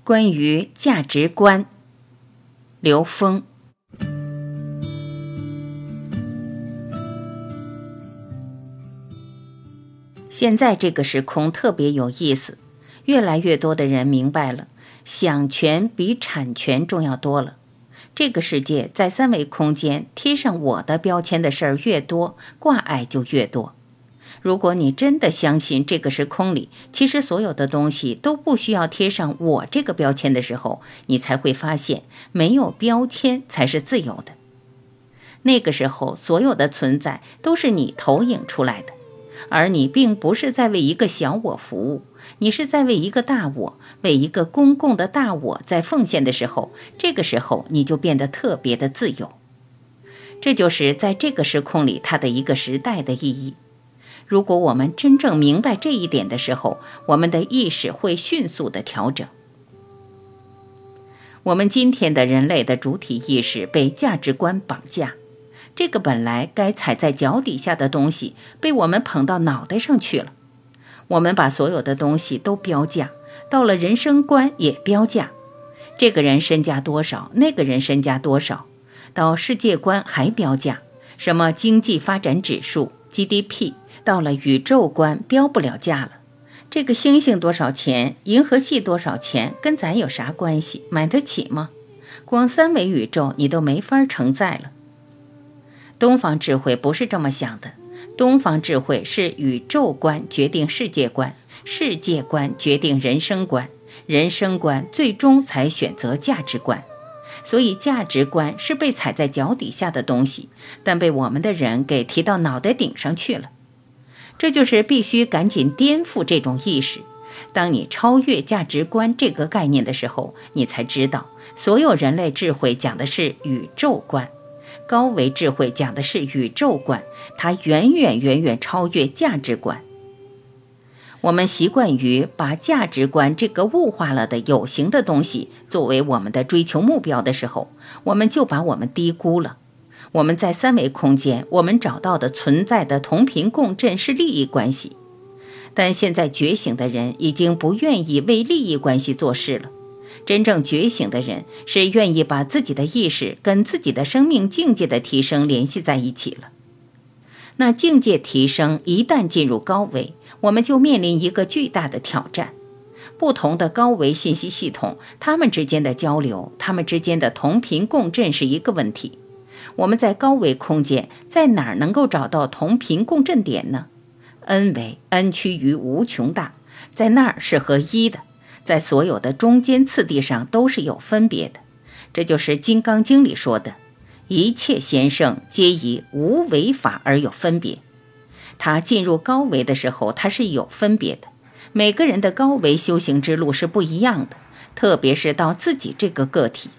关于价值观，刘峰。现在这个时空特别有意思，越来越多的人明白了，享权比产权重要多了。这个世界在三维空间贴上我的标签的事儿越多，挂碍就越多。如果你真的相信这个时空里，其实所有的东西都不需要贴上我这个标签的时候，你才会发现，没有标签才是自由的。那个时候，所有的存在都是你投影出来的，而你并不是在为一个小我服务，你是在为一个大我，为一个公共的大我在奉献的时候，这个时候你就变得特别的自由。这就是在这个时空里它的一个时代的意义。如果我们真正明白这一点的时候，我们的意识会迅速的调整。我们今天的人类的主体意识被价值观绑架，这个本来该踩在脚底下的东西被我们捧到脑袋上去了。我们把所有的东西都标价，到了人生观也标价，这个人身价多少，那个人身价多少，到世界观还标价，什么经济发展指数 GDP，到了宇宙观标不了价了，这个星星多少钱，银河系多少钱，跟咱有啥关系？买得起吗？光三维宇宙你都没法承载了。东方智慧不是这么想的，东方智慧是宇宙观决定世界观，世界观决定人生观，人生观最终才选择价值观。所以价值观是被踩在脚底下的东西，但被我们的人给提到脑袋顶上去了。这就是必须赶紧颠覆这种意识。当你超越价值观这个概念的时候，你才知道，所有人类智慧讲的是宇宙观，高维智慧讲的是宇宙观，它远远超越价值观。我们习惯于把价值观这个物化了的有形的东西作为我们的追求目标的时候，我们就把我们低估了。我们在三维空间，我们找到的存在的同频共振是利益关系，但现在觉醒的人已经不愿意为利益关系做事了。真正觉醒的人是愿意把自己的意识跟自己的生命境界的提升联系在一起了。那境界提升一旦进入高维，我们就面临一个巨大的挑战。不同的高维信息系统，它们之间的交流，它们之间的同频共振是一个问题。我们在高维空间在哪儿能够找到同频共振点呢？ N 维 N 趋于无穷大，在那儿是合一的，在所有的中间次第上都是有分别的。这就是金刚经里说的，一切贤圣皆以无为法而有分别。他进入高维的时候，他是有分别的。每个人的高维修行之路是不一样的，特别是到自己这个个体。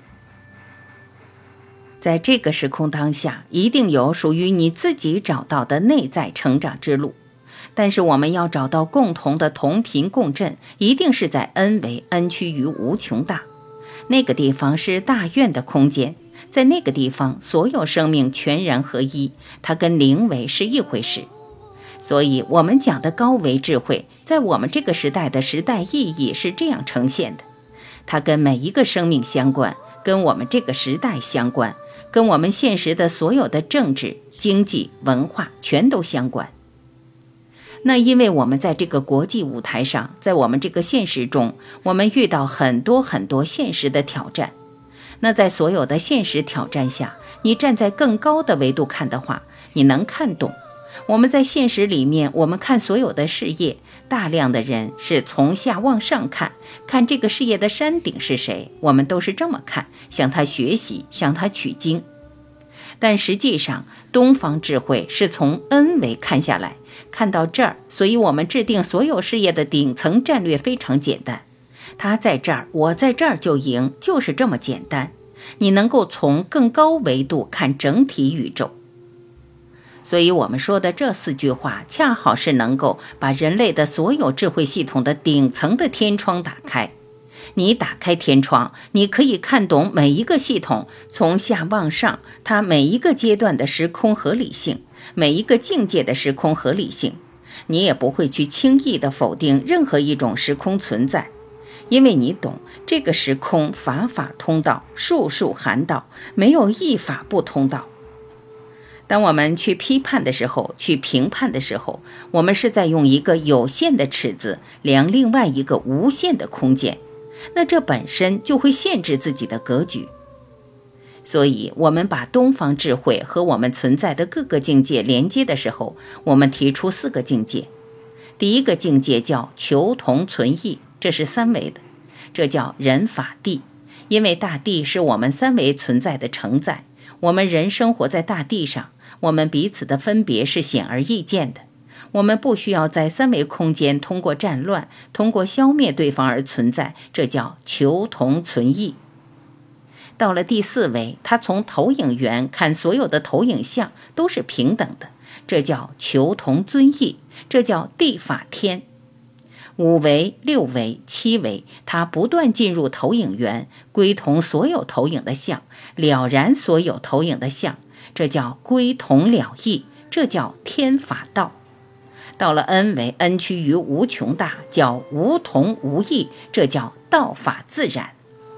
在这个时空当下，一定有属于你自己找到的内在成长之路，但是我们要找到共同的同频共振，一定是在 N 维 N 趋于无穷大，那个地方是大愿的空间，在那个地方所有生命全然合一，它跟灵维是一回事。所以我们讲的高维智慧，在我们这个时代的时代意义是这样呈现的，它跟每一个生命相关，跟我们这个时代相关，跟我们现实的所有的政治、经济、文化全都相关。那因为我们在这个国际舞台上，在我们这个现实中，我们遇到很多现实的挑战。那在所有的现实挑战下，你站在更高的维度看的话，你能看懂。我们在现实里面，我们看所有的事业，大量的人是从下往上看，看这个事业的山顶是谁，我们都是这么看，向他学习，向他取经。但实际上，东方智慧是从 N 维看下来，看到这儿，所以我们制定所有事业的顶层战略非常简单。他在这儿，我在这儿就赢，就是这么简单。你能够从更高维度看整体宇宙。所以我们说的这4句话，恰好是能够把人类的所有智慧系统的顶层的天窗打开。你打开天窗，你可以看懂每一个系统从下往上，它每一个阶段的时空合理性，每一个境界的时空合理性。你也不会去轻易的否定任何一种时空存在， 因为你懂，这个时空法法通道，术术含道，没有一法不通道。当我们去批判的时候，去评判的时候，我们是在用一个有限的尺子量另外一个无限的空间，那这本身就会限制自己的格局。所以我们把东方智慧和我们存在的各个境界连接的时候，我们提出4个境界。第一个境界叫求同存异，这是3维的，这叫人法地，因为大地是我们3维存在的承载，我们人生活在大地上，我们彼此的分别是显而易见的，我们不需要在3维空间通过战乱，通过消灭对方而存在，这叫求同存异。到了第4维，它从投影源看所有的投影像都是平等的，这叫求同尊异，这叫地法天。5维、6维、7维，它不断进入投影源，归同所有投影的像，了然所有投影的像，这叫归同了义，这叫天法道。到了 N 维 ，N 趋于无穷大，叫无同无异，这叫道法自然。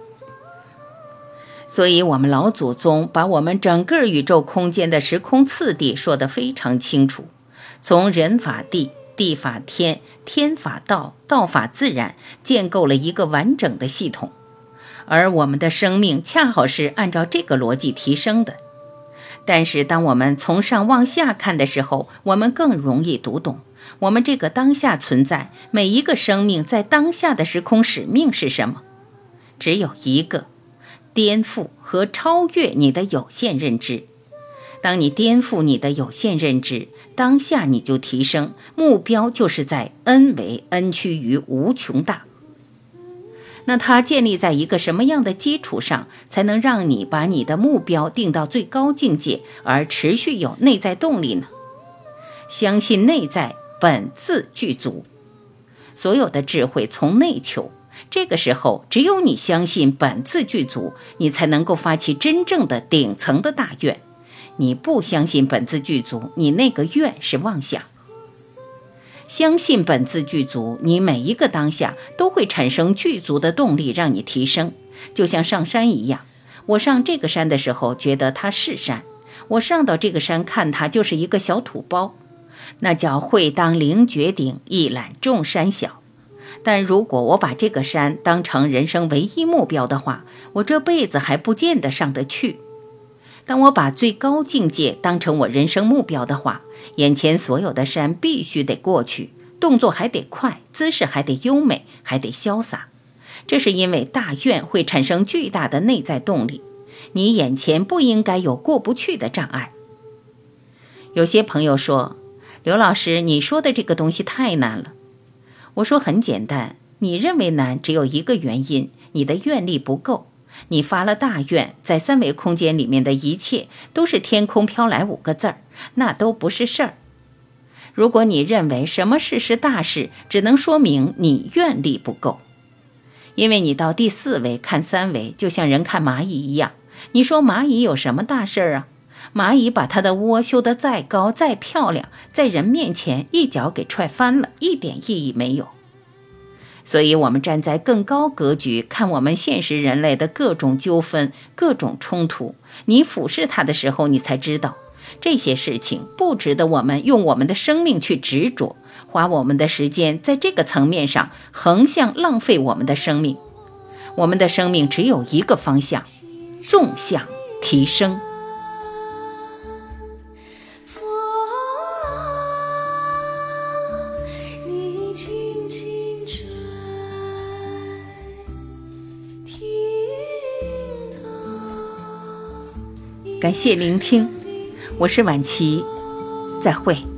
所以我们老祖宗把我们整个宇宙空间的时空次第说得非常清楚，从人法地、地法天、天法道、道法自然，建构了一个完整的系统。而我们的生命恰好是按照这个逻辑提升的。但是当我们从上往下看的时候，我们更容易读懂我们这个当下存在，每一个生命在当下的时空使命是什么？只有一个，颠覆和超越你的有限认知。当你颠覆你的有限认知，当下你就提升，目标就是在 N 维 N 趋于无穷大。那它建立在一个什么样的基础上，才能让你把你的目标定到最高境界，而持续有内在动力呢？相信内在本自具足，所有的智慧从内求。这个时候，只有你相信本自具足，你才能够发起真正的顶层的大愿。你不相信本自具足，你那个愿是妄想。相信本自具足，你每一个当下都会产生具足的动力，让你提升。就像上山一样，我上这个山的时候觉得它是山，我上到这个山看它就是一个小土包，那叫会当凌绝顶，一览众山小。但如果我把这个山当成人生唯一目标的话，我这辈子还不见得上得去。当我把最高境界当成我人生目标的话，眼前所有的山必须得过去，动作还得快，姿势还得优美，还得潇洒。这是因为大愿会产生巨大的内在动力，你眼前不应该有过不去的障碍。有些朋友说，刘老师，你说的这个东西太难了。我说很简单，你认为难只有一个原因，你的愿力不够。你发了大愿，在3维空间里面的一切都是天空飘来5个字儿，那都不是事儿。如果你认为什么事是大事，只能说明你愿力不够。因为你到第4维看3维，就像人看蚂蚁一样，你说蚂蚁有什么大事儿啊？蚂蚁把它的窝修得再高再漂亮，在人面前一脚给踹翻了，一点意义没有。所以我们站在更高格局看我们现实人类的各种纠纷、各种冲突，你俯视它的时候，你才知道这些事情不值得我们用我们的生命去执着，花我们的时间在这个层面上横向浪费我们的生命。我们的生命只有一个方向，纵向提升。感谢聆听，我是婉琪，再会。